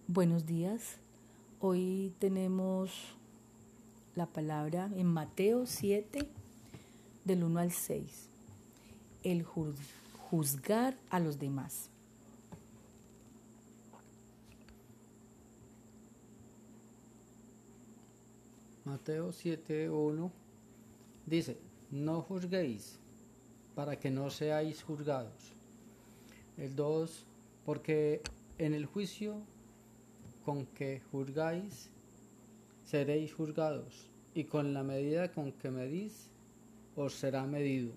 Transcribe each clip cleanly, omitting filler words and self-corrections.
Buenos días. Hoy tenemos la palabra en Mateo 7, del 1 al 6. El juzgar a los demás. Mateo 7:1 dice, no juzguéis para que no seáis juzgados. El 2, porque en el juicio con que juzgáis seréis juzgados, y con la medida con que medís os será medido.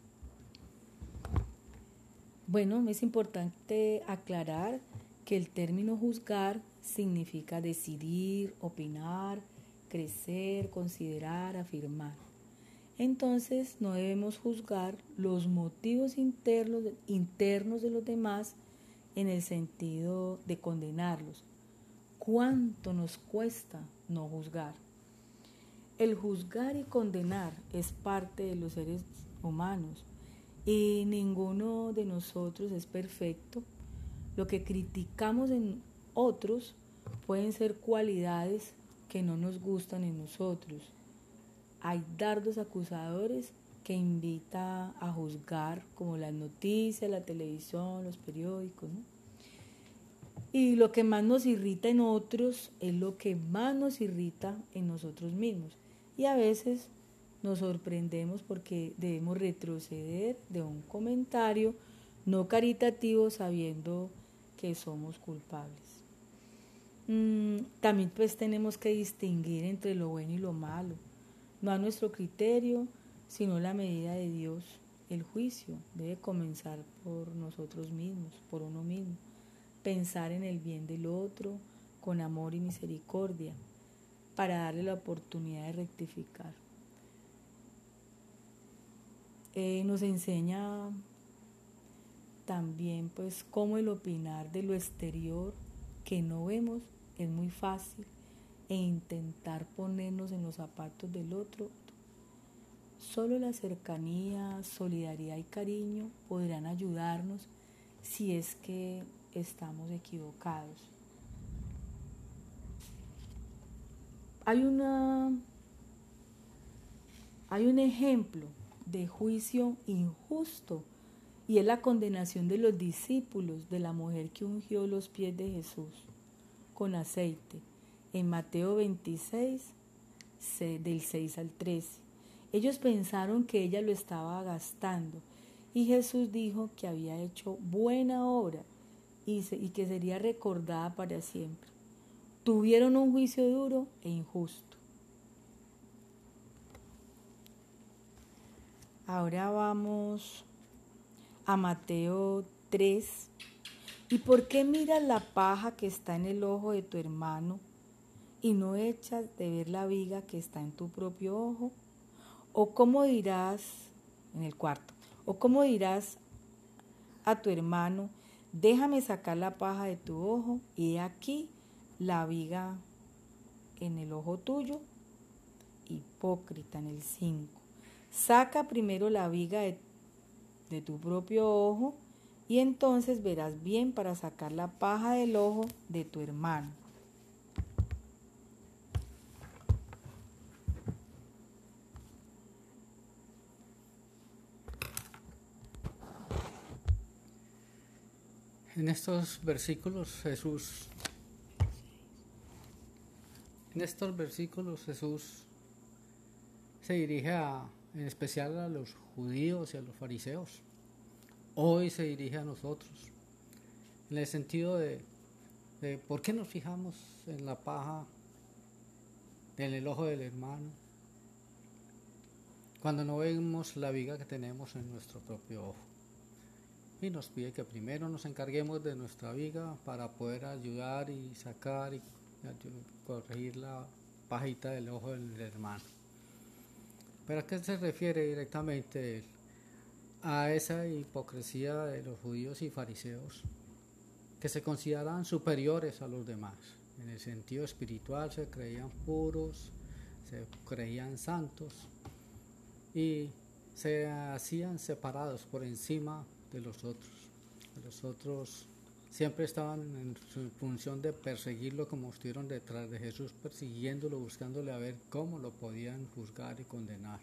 Bueno, es importante aclarar que el término juzgar significa decidir, opinar, crecer, considerar, afirmar. Entonces no debemos juzgar los motivos internos de los demás en el sentido de condenarlos. ¿Cuánto nos cuesta no juzgar? El juzgar y condenar es parte de los seres humanos y ninguno de nosotros es perfecto. Lo que criticamos en otros pueden ser cualidades que no nos gustan en nosotros. Hay dardos acusadores que invitan a juzgar, como las noticias, la televisión, los periódicos, ¿no? Y lo que más nos irrita en otros es lo que más nos irrita en nosotros mismos. Y a veces nos sorprendemos porque debemos retroceder de un comentario no caritativo sabiendo que somos culpables. También pues tenemos que distinguir entre lo bueno y lo malo, no a nuestro criterio, sino la medida de Dios. El juicio debe comenzar por nosotros mismos, por uno mismo. Pensar en el bien del otro con amor y misericordia para darle la oportunidad de rectificar. Nos enseña también pues cómo el opinar de lo exterior que no vemos es muy fácil e intentar ponernos en los zapatos del otro. Solo la cercanía, solidaridad y cariño podrán ayudarnos si es que estamos equivocados. Hay un ejemplo de juicio injusto y es la condenación de los discípulos de la mujer que ungió los pies de Jesús con aceite en Mateo 26, del 6 al 13. Ellos pensaron que ella lo estaba gastando y Jesús dijo que había hecho buena obra y que sería recordada para siempre. Tuvieron un juicio duro e injusto. Ahora vamos a Mateo 3. ¿Y por qué miras la paja que está en el ojo de tu hermano y no echas de ver la viga que está en tu propio ojo? ¿O cómo dirás, en el cuarto, o cómo dirás a tu hermano, déjame sacar la paja de tu ojo y he aquí la viga en el ojo tuyo? Hipócrita, en el 5. Saca primero la viga de tu propio ojo y entonces verás bien para sacar la paja del ojo de tu hermano. En estos versículos Jesús se dirige en especial a los judíos y a los fariseos. Hoy se dirige a nosotros, en el sentido de por qué nos fijamos en la paja en el ojo del hermano cuando no vemos la viga que tenemos en nuestro propio ojo. Y nos pide que primero nos encarguemos de nuestra viga para poder ayudar y sacar y corregir la pajita del ojo del hermano. ¿Pero a qué se refiere directamente él? A esa hipocresía de los judíos y fariseos que se consideraban superiores a los demás. En el sentido espiritual se creían puros, se creían santos y se hacían separados por encima de los otros siempre estaban en su función de perseguirlo, como estuvieron detrás de Jesús, persiguiéndolo, buscándole a ver cómo lo podían juzgar y condenar.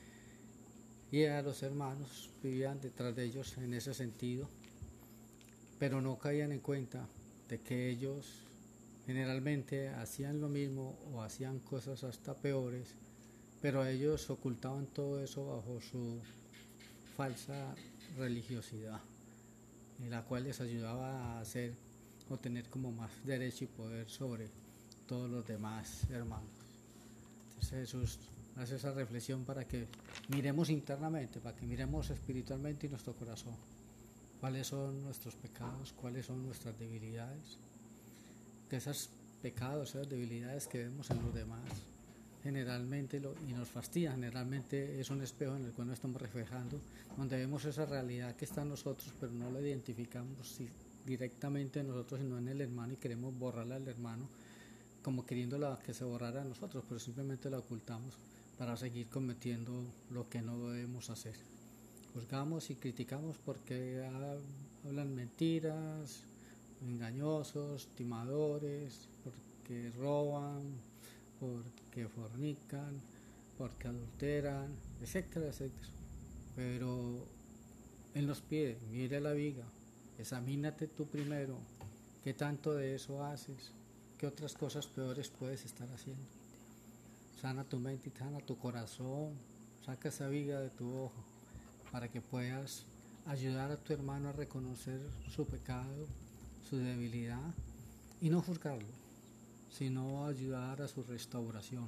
Y a los hermanos vivían detrás de ellos en ese sentido, pero no caían en cuenta de que ellos generalmente hacían lo mismo o hacían cosas hasta peores, pero ellos ocultaban todo eso bajo su falsa religiosidad, en la cual les ayudaba a hacer o tener como más derecho y poder sobre todos los demás hermanos. Entonces Jesús hace esa reflexión para que miremos internamente, para que miremos espiritualmente en nuestro corazón cuáles son nuestros pecados, cuáles son nuestras debilidades, que esos pecados, esas debilidades que vemos en los demás generalmente y nos fastidia, generalmente es un espejo en el cual nos estamos reflejando, donde vemos esa realidad que está en nosotros, pero no la identificamos directamente en nosotros, sino en el hermano, y queremos borrarla al hermano, como queriéndola que se borrara a nosotros, pero simplemente la ocultamos para seguir cometiendo lo que no debemos hacer. Juzgamos y criticamos porque hablan mentiras, engañosos, timadores, porque roban, porque fornican, porque adulteran, etcétera, etcétera. Pero Él nos pide, mire la viga, examínate tú primero, qué tanto de eso haces, qué otras cosas peores puedes estar haciendo. Sana tu mente y sana tu corazón, saca esa viga de tu ojo para que puedas ayudar a tu hermano a reconocer su pecado, su debilidad y no juzgarlo, sino ayudar a su restauración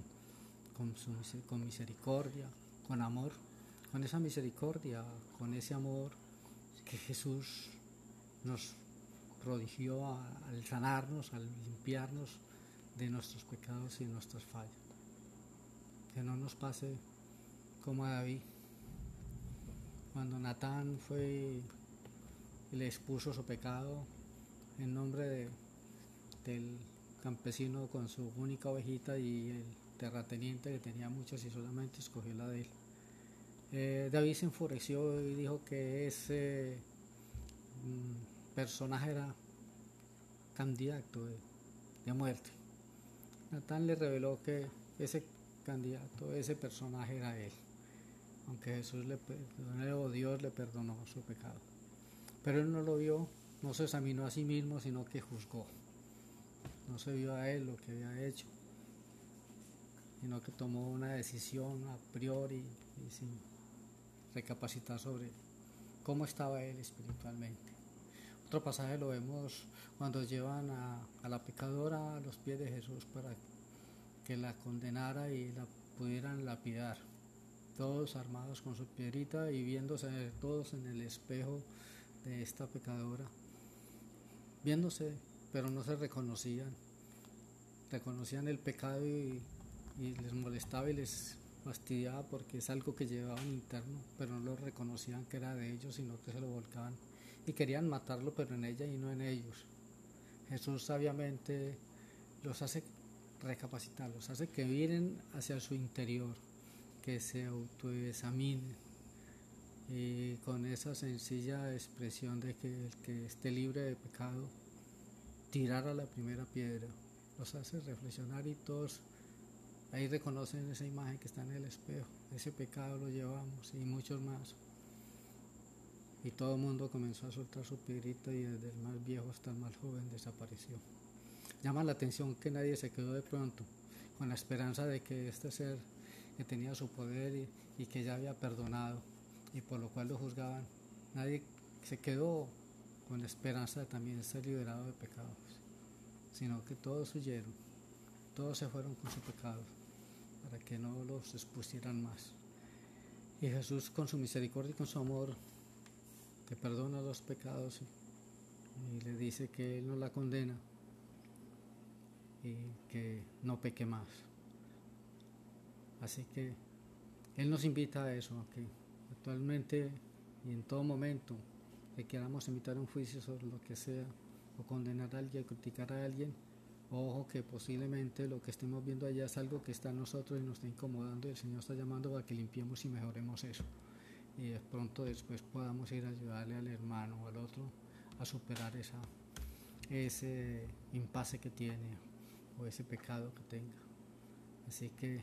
con misericordia, con amor, con esa misericordia, con ese amor que Jesús nos prodigió al sanarnos, al limpiarnos de nuestros pecados y nuestras fallas. Que no nos pase como a David, cuando Natán fue y le expuso su pecado en nombre del campesino con su única ovejita y el terrateniente que tenía muchas y solamente escogió la de él. David se enfureció y dijo que ese personaje era candidato de muerte. Natán le reveló que ese candidato, ese personaje era él, aunque Jesús le perdonó o Dios le perdonó su pecado. Pero él no lo vio, no se examinó a sí mismo, sino que juzgó. No se vio a él lo que había hecho, sino que tomó una decisión a priori y sin recapacitar sobre cómo estaba él espiritualmente. Otro pasaje lo vemos cuando llevan a la pecadora a los pies de Jesús para que la condenara y la pudieran lapidar, todos armados con su piedrita y viéndose todos en el espejo de esta pecadora, viéndose, pero no se reconocían el pecado y les molestaba y les fastidiaba porque es algo que llevaban interno, pero no lo reconocían que era de ellos, sino que se lo volcaban y querían matarlo, pero en ella y no en ellos. Jesús sabiamente los hace recapacitar, los hace que miren hacia su interior, que se autoexaminen y con esa sencilla expresión de que el que esté libre de pecado tirara la primera piedra. Los hace reflexionar y todos ahí reconocen esa imagen que está en el espejo. Ese pecado lo llevamos y muchos más. Y todo el mundo comenzó a soltar su piedrita y desde el más viejo hasta el más joven desapareció. Llama la atención que nadie se quedó de pronto con la esperanza de que este ser que tenía su poder y que ya había perdonado y por lo cual lo juzgaban, nadie se quedó con la esperanza de también ser liberado de pecados, sino que todos huyeron, todos se fueron con su pecado para que no los expusieran más. Y Jesús, con su misericordia y con su amor, que perdona los pecados y le dice que Él no la condena y que no peque más. Así que Él nos invita a eso, a que actualmente y en todo momento que queramos emitir un juicio sobre lo que sea, o condenar a alguien, criticar a alguien, ojo que posiblemente lo que estemos viendo allá es algo que está en nosotros y nos está incomodando y el Señor está llamando para que limpiemos y mejoremos eso. Y de pronto después podamos ir a ayudarle al hermano o al otro a superar ese impasse que tiene o ese pecado que tenga. Así que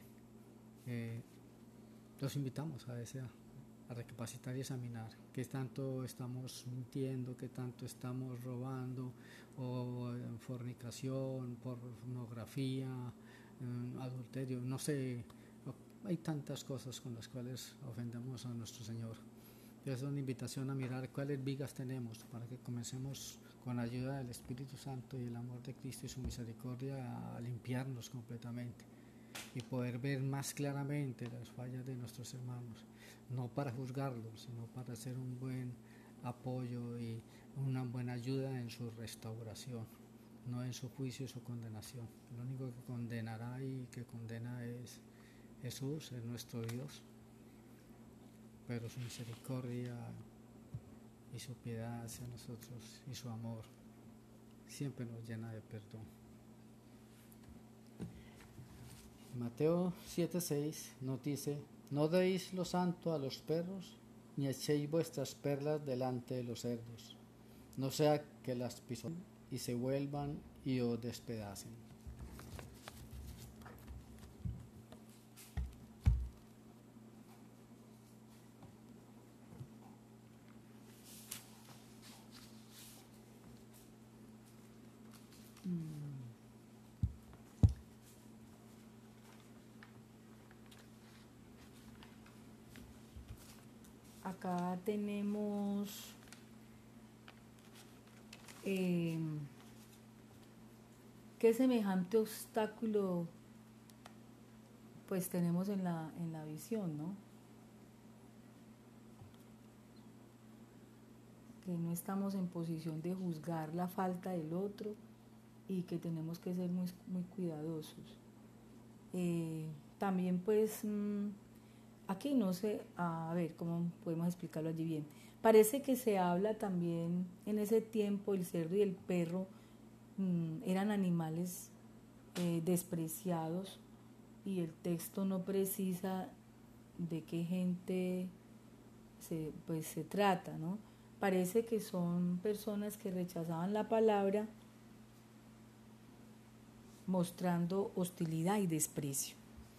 los invitamos a recapacitar y examinar qué tanto estamos mintiendo, qué tanto estamos robando, o en fornicación, pornografía, adulterio, no sé, hay tantas cosas con las cuales ofendemos a nuestro Señor. Es una invitación a mirar cuáles vigas tenemos para que comencemos con la ayuda del Espíritu Santo y el amor de Cristo y su misericordia a limpiarnos completamente y poder ver más claramente las fallas de nuestros hermanos, no para juzgarlos, sino para hacer un buen apoyo y una buena ayuda en su restauración, no en su juicio y su condenación. Lo único que condenará y que condena es Jesús, es nuestro Dios, pero su misericordia y su piedad hacia nosotros y su amor siempre nos llena de perdón. Mateo 7:6 nos dice: no deis lo santo a los perros, ni echéis vuestras perlas delante de los cerdos, no sea que las pisoteen y se vuelvan y os despedacen. Acá tenemos qué semejante obstáculo pues tenemos en la visión, ¿no? Que no estamos en posición de juzgar la falta del otro y que tenemos que ser muy, muy cuidadosos. También pues aquí no sé, a ver cómo podemos explicarlo allí bien. Parece que se habla también en ese tiempo el cerdo y el perro eran animales despreciados y el texto no precisa de qué gente se trata, ¿no? Parece que son personas que rechazaban la palabra mostrando hostilidad y desprecio.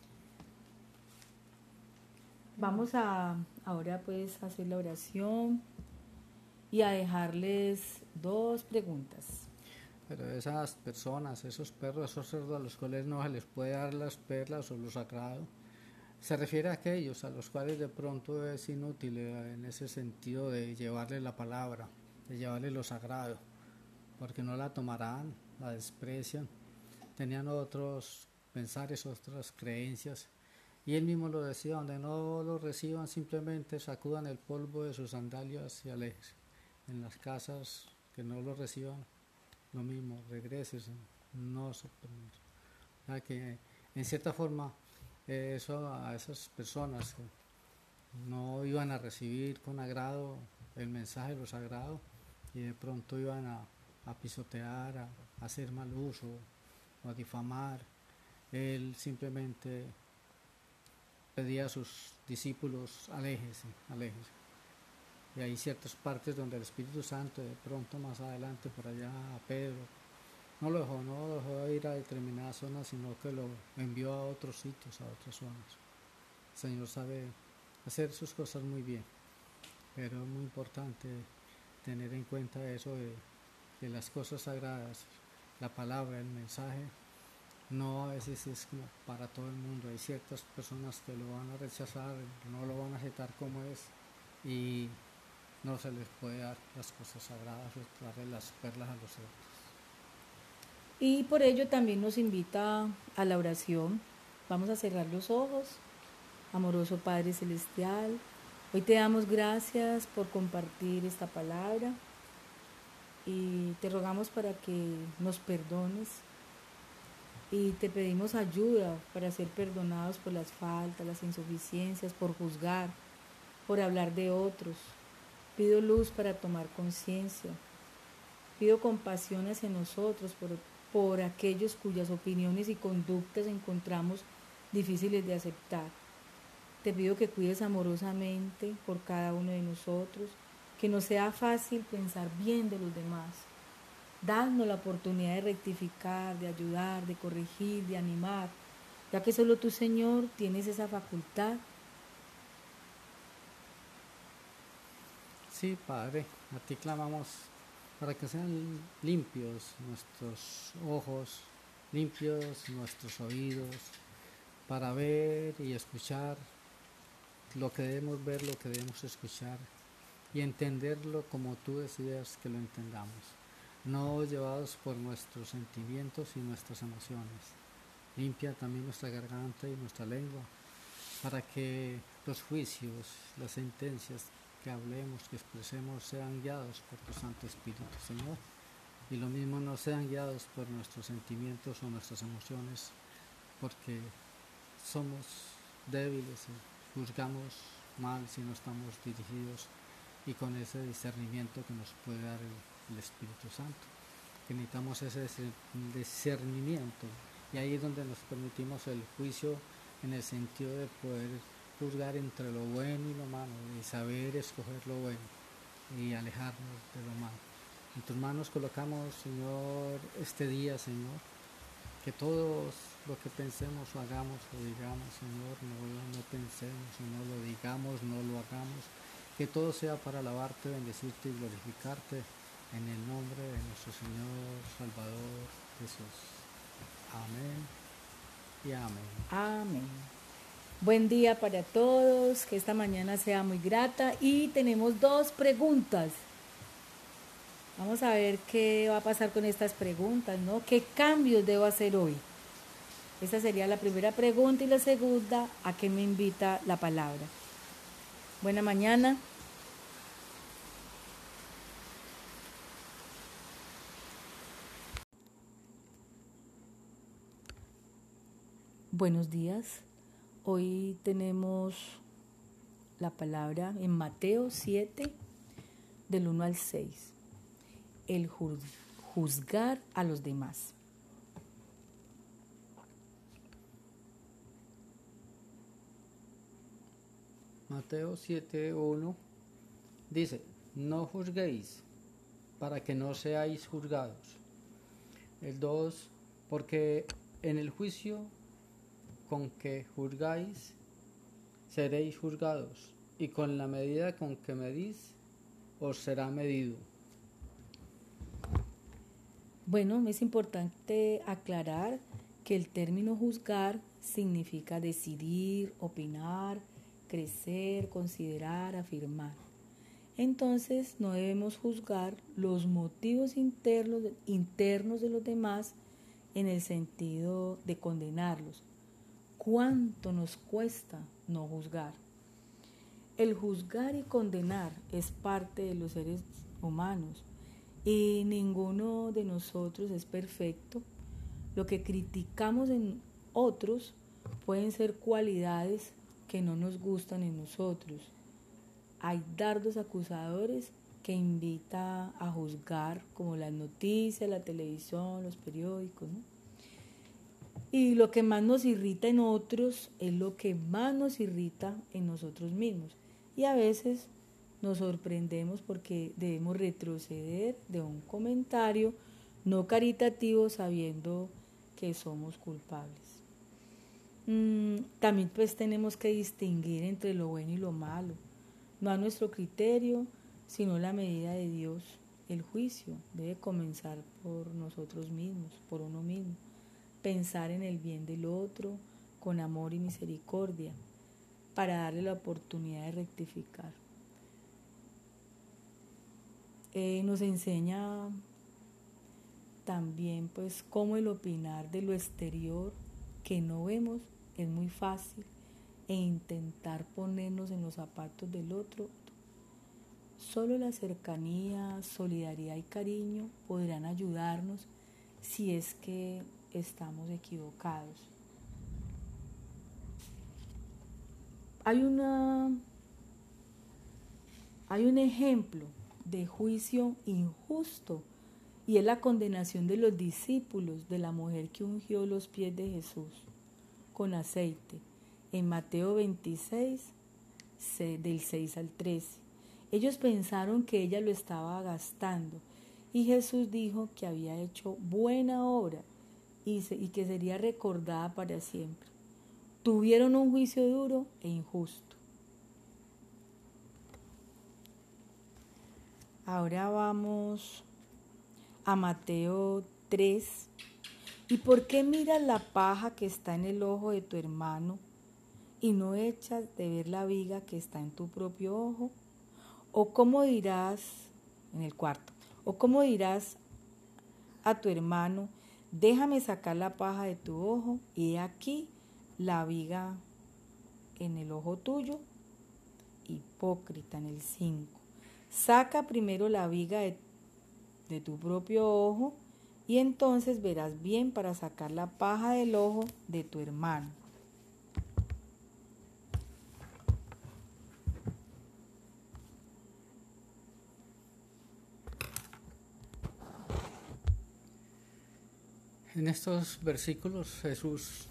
Vamos a ahora pues a hacer la oración y a dejarles 2 preguntas. Pero esas personas, esos perros, esos cerdos a los cuales no se les puede dar las perlas o lo sagrado, se refiere a aquellos a los cuales de pronto es inútil en ese sentido de llevarles la palabra, de llevarles lo sagrado, porque no la tomarán, la desprecian, tenían otros pensares, otras creencias. Y él mismo lo decía: donde no lo reciban, simplemente sacudan el polvo de sus sandalias y alejes. En las casas que no lo reciban, lo mismo, regreses, no sorprender. O sea que en cierta forma eso a esas personas que no iban a recibir con agrado el mensaje de lo sagrado y de pronto iban a pisotear, a hacer mal uso o a difamar, él simplemente pedía a sus discípulos: aléjese, aléjese. Y hay ciertas partes donde el Espíritu Santo, de pronto más adelante por allá a Pedro, no lo dejó ir a determinadas zonas, sino que lo envió a otros sitios, a otras zonas. El Señor sabe hacer sus cosas muy bien, pero es muy importante tener en cuenta eso de que las cosas sagradas, la palabra, el mensaje, no a veces es como para todo el mundo. Hay ciertas personas que lo van a rechazar, no lo van a aceptar como es, y no se les puede dar las cosas sagradas, darle las perlas a los otros. Y por ello también nos invita a la oración. Vamos a cerrar los ojos. Amoroso Padre Celestial, hoy te damos gracias por compartir esta palabra y te rogamos para que nos perdones y te pedimos ayuda para ser perdonados por las faltas, las insuficiencias, por juzgar, por hablar de otros. Pido luz para tomar conciencia. Pido compasión hacia nosotros por aquellos cuyas opiniones y conductas encontramos difíciles de aceptar. Te pido que cuides amorosamente por cada uno de nosotros, que nos sea fácil pensar bien de los demás. Danos la oportunidad de rectificar, de ayudar, de corregir, de animar, ya que solo tú, Señor, tienes esa facultad. Sí, Padre, a ti clamamos para que sean limpios nuestros ojos, limpios nuestros oídos, para ver y escuchar lo que debemos ver, lo que debemos escuchar y entenderlo como tú decidas que lo entendamos, no llevados por nuestros sentimientos y nuestras emociones. Limpia también nuestra garganta y nuestra lengua, para que los juicios, las sentencias que hablemos, que expresemos, sean guiados por tu Santo Espíritu, Señor, y lo mismo no sean guiados por nuestros sentimientos o nuestras emociones, porque somos débiles y juzgamos mal si no estamos dirigidos y con ese discernimiento que nos puede dar el Espíritu Santo, que necesitamos ese discernimiento, y ahí es donde nos permitimos el juicio en el sentido de poder juzgar entre lo bueno y lo malo, y saber escoger lo bueno y alejarnos de lo malo. En tus manos colocamos, Señor, este día, Señor, que todos lo que pensemos o hagamos o digamos, Señor, no pensemos o no lo digamos, no lo hagamos, que todo sea para alabarte, bendecirte y glorificarte en el nombre de nuestro Señor Salvador Jesús. Amén y amén. Amén. Buen día para todos, que esta mañana sea muy grata y tenemos 2 preguntas. Vamos a ver qué va a pasar con estas preguntas, ¿no? ¿Qué cambios debo hacer hoy? Esa sería la primera pregunta, y la segunda, ¿a qué me invita la palabra? Buena mañana. Buenos días. Hoy tenemos la palabra en Mateo 7, del 1 al 6. El juzgar a los demás. Mateo 7:1 dice: no juzguéis para que no seáis juzgados. El 2, porque en el juicio con que juzgáis seréis juzgados, y con la medida con que medís os será medido. Bueno, es importante aclarar que el término juzgar significa decidir, opinar, crecer, considerar, afirmar. Entonces no debemos juzgar los motivos internos de los demás en el sentido de condenarlos. ¿Cuánto nos cuesta no juzgar? El juzgar y condenar es parte de los seres humanos y ninguno de nosotros es perfecto. Lo que criticamos en otros pueden ser cualidades que no nos gustan en nosotros. Hay dardos acusadores que invitan a juzgar, como las noticias, la televisión, los periódicos, ¿no? Y lo que más nos irrita en otros es lo que más nos irrita en nosotros mismos. Y a veces nos sorprendemos porque debemos retroceder de un comentario no caritativo sabiendo que somos culpables. También pues tenemos que distinguir entre lo bueno y lo malo, no a nuestro criterio, sino la medida de Dios. El juicio debe comenzar por nosotros mismos, por uno mismo. Pensar en el bien del otro con amor y misericordia para darle la oportunidad de rectificar. Nos enseña también pues cómo el opinar de lo exterior que no vemos es muy fácil, e intentar ponernos en los zapatos del otro. Solo la cercanía, solidaridad y cariño podrán ayudarnos si es que estamos equivocados. Hay un ejemplo de juicio injusto, y es la condenación de los discípulos de la mujer que ungió los pies de Jesús con aceite en Mateo 26, del 6 al 13. Ellos pensaron que ella lo estaba gastando Y Jesús dijo que había hecho buena obra y que sería recordada para siempre. Tuvieron un juicio duro e injusto. Ahora vamos a Mateo 3. ¿Y por qué miras la paja que está en el ojo de tu hermano y no echas de ver la viga que está en tu propio ojo? ¿O cómo dirás, en el cuarto, o cómo dirás a tu hermano, déjame sacar la paja de tu ojo y he aquí la viga en el ojo tuyo? Hipócrita, en el 5. Saca primero la viga de tu propio ojo y entonces verás bien para sacar la paja del ojo de tu hermano. En estos versículos Jesús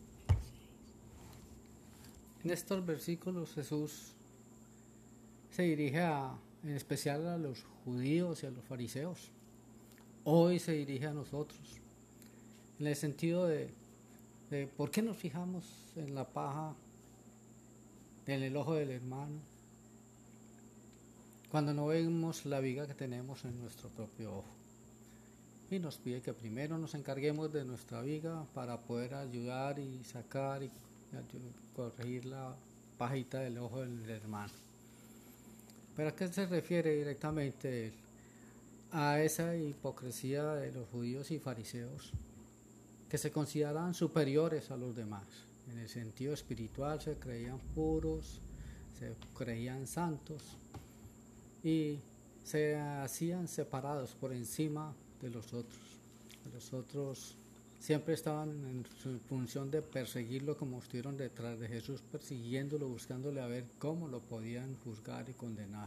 se dirige en especial a los judíos y a los fariseos. Hoy se dirige a nosotros, en el sentido de por qué nos fijamos en la paja en el ojo del hermano cuando no vemos la viga que tenemos en nuestro propio ojo. Y nos pide que primero nos encarguemos de nuestra viga para poder ayudar y sacar y corregir la pajita del ojo del hermano. ¿Pero a qué se refiere directamente él? A esa hipocresía de los judíos y fariseos que se consideraban superiores a los demás. En el sentido espiritual se creían puros, se creían santos y se hacían separados por encima de los otros. Los otros siempre estaban en su función de perseguirlo, como estuvieron detrás de Jesús, persiguiéndolo, buscándole a ver cómo lo podían juzgar y condenar.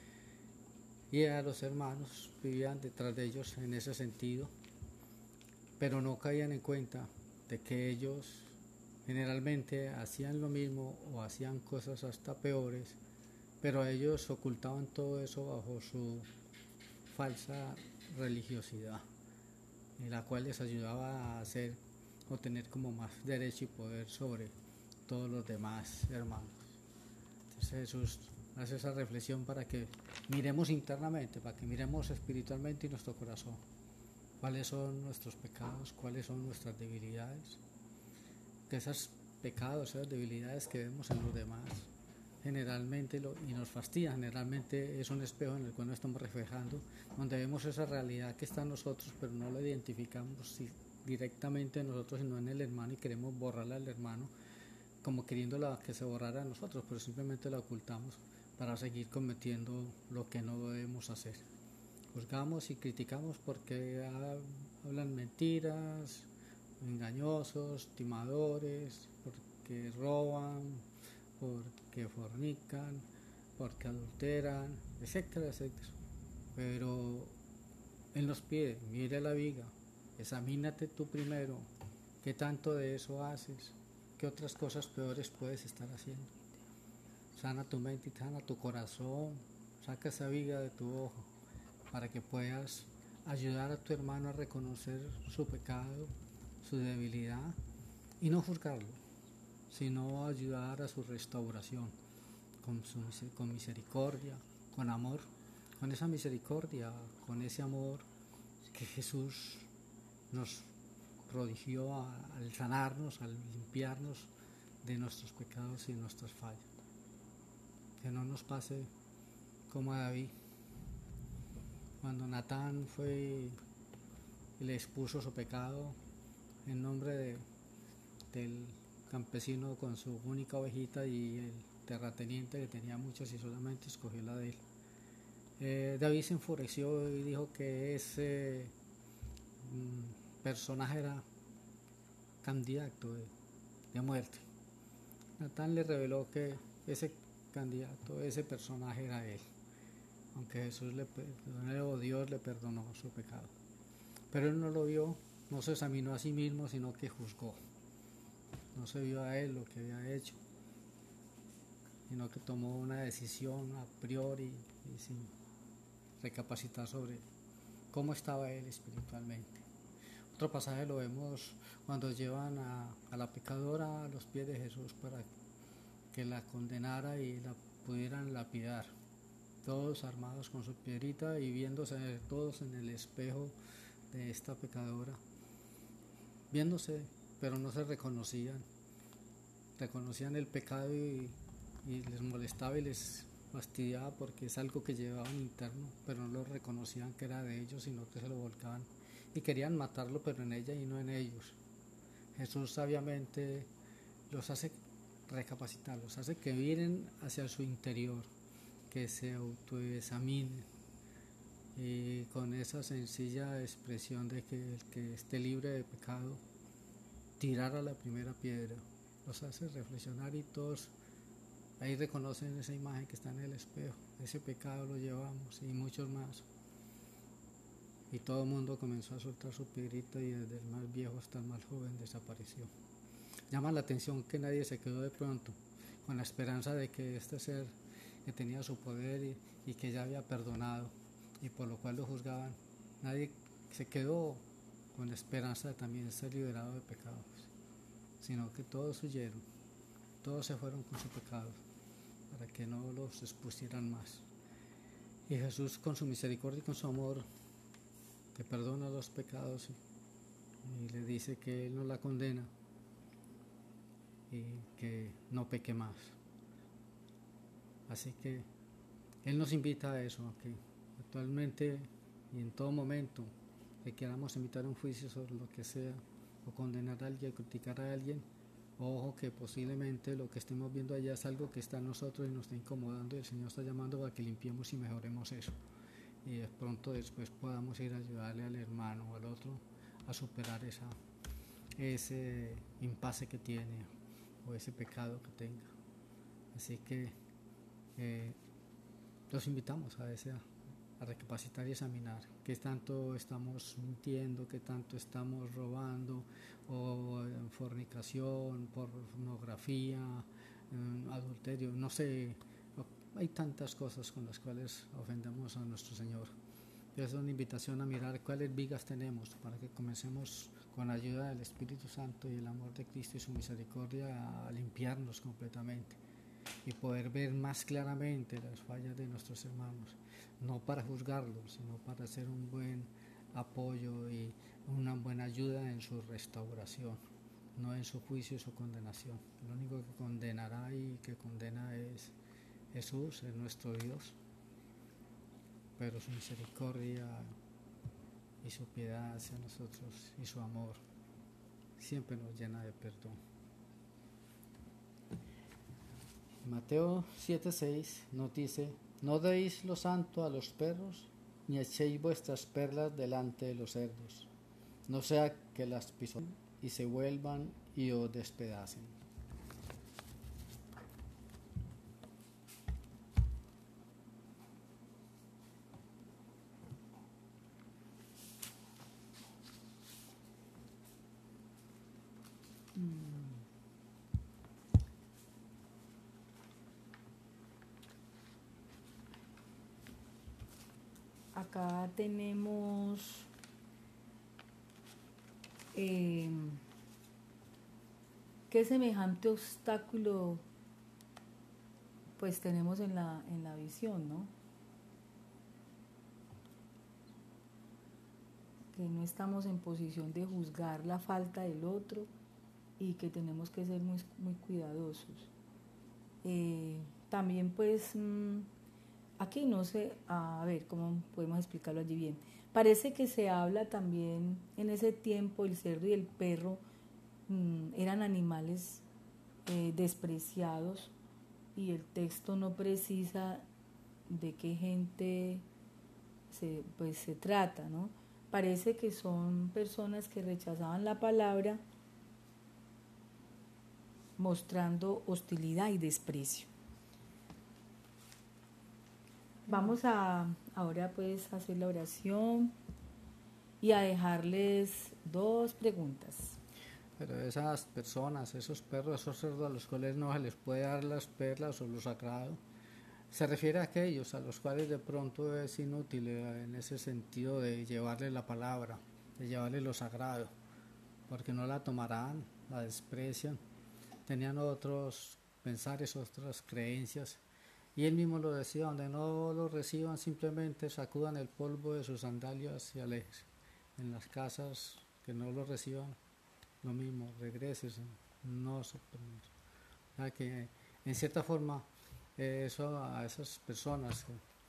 Y a los hermanos vivían detrás de ellos en ese sentido, pero no caían en cuenta de que ellos generalmente hacían lo mismo o hacían cosas hasta peores, pero ellos ocultaban todo eso bajo su falsa religiosidad, en la cual les ayudaba a hacer o tener como más derecho y poder sobre todos los demás hermanos. Entonces Jesús hace esa reflexión para que miremos internamente, para que miremos espiritualmente en nuestro corazón cuáles son nuestros pecados, cuáles son nuestras debilidades, que esos pecados, esas debilidades que vemos en los demás generalmente y nos fastidia, generalmente es un espejo en el cual nos estamos reflejando, donde vemos esa realidad que está en nosotros, pero no la identificamos directamente en nosotros, sino en el hermano, y queremos borrarla al hermano, como queriéndola que se borrara a nosotros, pero simplemente la ocultamos para seguir cometiendo lo que no debemos hacer. Juzgamos y criticamos porque hablan mentiras, engañosos, timadores, porque roban, porque fornican, porque adulteran, etcétera, etcétera. Pero Él nos pide, mire la viga, examínate tú primero, qué tanto de eso haces, qué otras cosas peores puedes estar haciendo. Sana tu mente y sana tu corazón, saca esa viga de tu ojo para que puedas ayudar a tu hermano a reconocer su pecado, su debilidad y no juzgarlo, sino ayudar a su restauración con misericordia, con amor, con esa misericordia, con ese amor que Jesús nos prodigió al sanarnos, al limpiarnos de nuestros pecados y nuestras fallas. Que no nos pase como a David, cuando Natán fue y le expuso su pecado en nombre del campesino con su única ovejita y el terrateniente que tenía muchas y solamente escogió la de él. David se enfureció y dijo que ese personaje era candidato de muerte. Natán le reveló que ese candidato, ese personaje era él, aunque Jesús le perdonó o Dios le perdonó su pecado, pero él no lo vio, no se examinó a sí mismo, sino que juzgó. No se vio a él lo que había hecho, sino que tomó una decisión a priori y sin recapacitar sobre cómo estaba él espiritualmente. Otro pasaje lo vemos cuando llevan a la pecadora a los pies de Jesús para que la condenara y la pudieran lapidar, todos armados con su piedrita y viéndose todos en el espejo de esta pecadora, viéndose, pero no se reconocían el pecado y les molestaba y les fastidiaba porque es algo que llevaban interno, pero no lo reconocían que era de ellos, sino que se lo volcaban y querían matarlo, pero en ella y no en ellos. Jesús sabiamente los hace recapacitar, los hace que miren hacia su interior, que se autoexaminen y con esa sencilla expresión de que el que esté libre de pecado tirara la primera piedra, los hace reflexionar y todos ahí reconocen esa imagen que está en el espejo, ese pecado lo llevamos y muchos más. Y todo el mundo comenzó a soltar su piedrita y desde el más viejo hasta el más joven desapareció. Llama la atención que nadie se quedó de pronto con la esperanza de que este ser que tenía su poder y que ya había perdonado y por lo cual lo juzgaban, nadie se quedó con la esperanza de también ser liberado de pecados, sino que todos huyeron, todos se fueron con su pecado para que no los expusieran más. Y Jesús, con su misericordia y con su amor, que perdona los pecados y le dice que Él no la condena y que no peque más. Así que Él nos invita a eso, a que actualmente y en todo momento que queramos emitir un juicio sobre lo que sea, o condenar a alguien, criticar a alguien, ojo que posiblemente lo que estemos viendo allá es algo que está en nosotros y nos está incomodando y el Señor está llamando para que limpiemos y mejoremos eso. Y de pronto después podamos ir a ayudarle al hermano o al otro a superar ese impasse que tiene o ese pecado que tenga. Así que los invitamos a recapacitar y examinar qué tanto estamos mintiendo, qué tanto estamos robando o en fornicación, pornografía, adulterio, no sé. Hay tantas cosas con las cuales ofendemos a nuestro Señor. Es una invitación a mirar cuáles vigas tenemos para que comencemos con la ayuda del Espíritu Santo y el amor de Cristo y su misericordia a limpiarnos completamente y poder ver más claramente las fallas de nuestros hermanos, no para juzgarlos, sino para hacer un buen apoyo y una buena ayuda en su restauración, no en su juicio y su condenación. Lo único que condenará y que condena es Jesús, es nuestro Dios, pero su misericordia y su piedad hacia nosotros y su amor siempre nos llena de perdón. Mateo 7:6 nos dice: no deis lo santo a los perros, ni echéis vuestras perlas delante de los cerdos, no sea que las pisoteen y se vuelvan y os despedacen. Acá tenemos qué semejante obstáculo pues tenemos en la visión, ¿no? Que no estamos en posición de juzgar la falta del otro y que tenemos que ser muy, muy cuidadosos. También pues aquí no sé, a ver cómo podemos explicarlo allí bien. Parece que se habla también en ese tiempo el cerdo y el perro eran animales despreciados y el texto no precisa de qué gente se trata, ¿no? Parece que son personas que rechazaban la palabra mostrando hostilidad y desprecio. Vamos a ahora pues a hacer la oración y a dejarles 2 preguntas. Pero esas personas, esos perros, esos cerdos a los cuales no se les puede dar las perlas o lo sagrado, Se refiere a aquellos a los cuales de pronto es inútil en ese sentido de llevarles la palabra, de llevarles lo sagrado, porque no la tomarán, la desprecian, tenían otros pensares, otras creencias, y él mismo lo decía: donde no lo reciban, simplemente sacudan el polvo de sus sandalias y alejes. En las casas que no lo reciban, lo mismo, regreses, no se permite. O sea que en cierta forma eso a esas personas que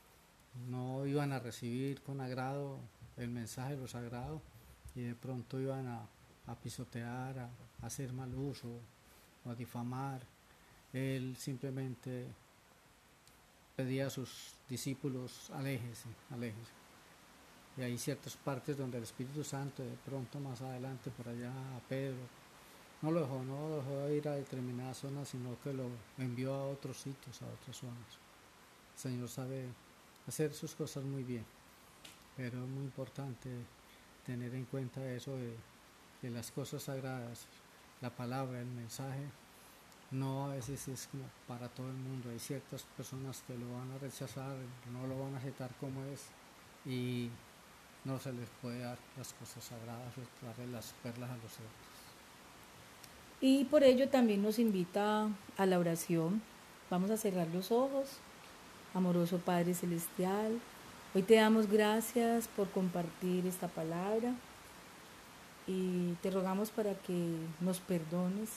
no iban a recibir con agrado el mensaje de lo sagrado y de pronto iban a pisotear, a hacer mal uso o a difamar, él simplemente pedía a sus discípulos: aléjese, aléjese. Y hay ciertas partes donde el Espíritu Santo, de pronto más adelante por allá a Pedro, no lo dejó ir a determinadas zonas, sino que lo envió a otros sitios, a otras zonas. El Señor sabe hacer sus cosas muy bien, pero es muy importante tener en cuenta eso de que las cosas sagradas, la palabra, el mensaje, no a veces es como para todo el mundo. Hay ciertas personas que lo van a rechazar, no lo van a aceptar como es, y no se les puede dar las cosas sagradas, darle las perlas a los otros. Y por ello también nos invita a la oración. Vamos a cerrar los ojos. Amoroso Padre Celestial, hoy te damos gracias por compartir esta palabra y te rogamos para que nos perdones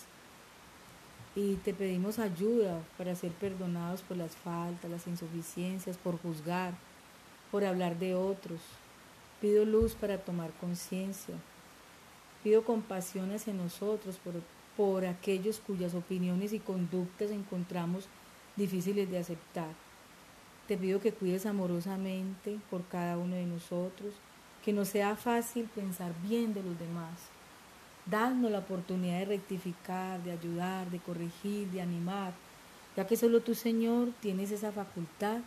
y te pedimos ayuda para ser perdonados por las faltas, las insuficiencias, por juzgar, por hablar de otros. Pido luz para tomar conciencia. Pido compasión hacia nosotros por aquellos cuyas opiniones y conductas encontramos difíciles de aceptar. Te pido que cuides amorosamente por cada uno de nosotros, que nos sea fácil pensar bien de los demás. Danos la oportunidad de rectificar, de ayudar, de corregir, de animar, ya que solo tú, Señor, tienes esa facultad.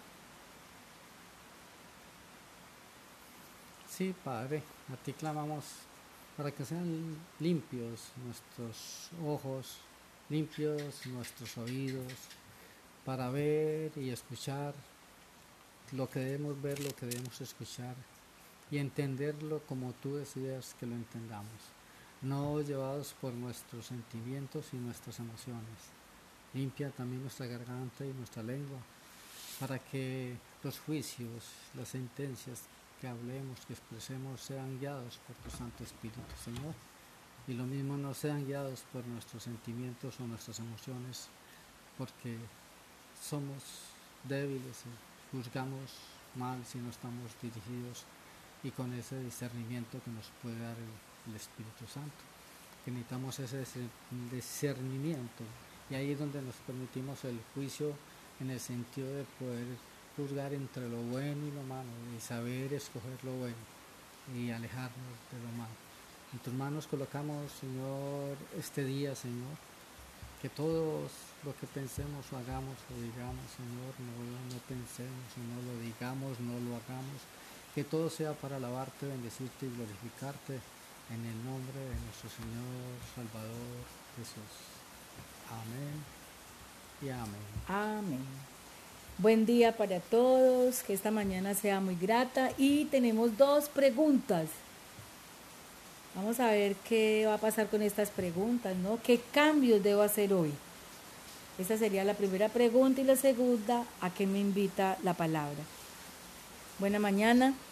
Sí, Padre, a ti clamamos para que sean limpios nuestros ojos, limpios nuestros oídos, para ver y escuchar lo que debemos ver, lo que debemos escuchar, y entenderlo como tú decidas que lo entendamos, no llevados por nuestros sentimientos y nuestras emociones. Limpia también nuestra garganta y nuestra lengua, para que los juicios, las sentencias que hablemos, que expresemos, sean guiados por tu Santo Espíritu, Señor, y lo mismo no sean guiados por nuestros sentimientos o nuestras emociones, porque somos débiles y juzgamos mal si no estamos dirigidos y con ese discernimiento que nos puede dar el Espíritu Santo, que necesitamos ese discernimiento, y ahí es donde nos permitimos el juicio en el sentido de poder juzgar entre lo bueno y lo malo, y saber escoger lo bueno y alejarnos de lo malo. En tus manos colocamos, Señor, este día, Señor, que todos lo que pensemos o hagamos o digamos, Señor, no pensemos o no lo digamos, no lo hagamos, que todo sea para alabarte, bendecirte y glorificarte, en el nombre de nuestro Señor Salvador Jesús. Amén y amén. Amén. Buen día para todos, que esta mañana sea muy grata, y tenemos 2 preguntas. Vamos a ver qué va a pasar con estas preguntas, ¿no? ¿Qué cambios debo hacer hoy? Esa sería la primera pregunta, y la segunda, ¿a qué me invita la palabra? Buena mañana.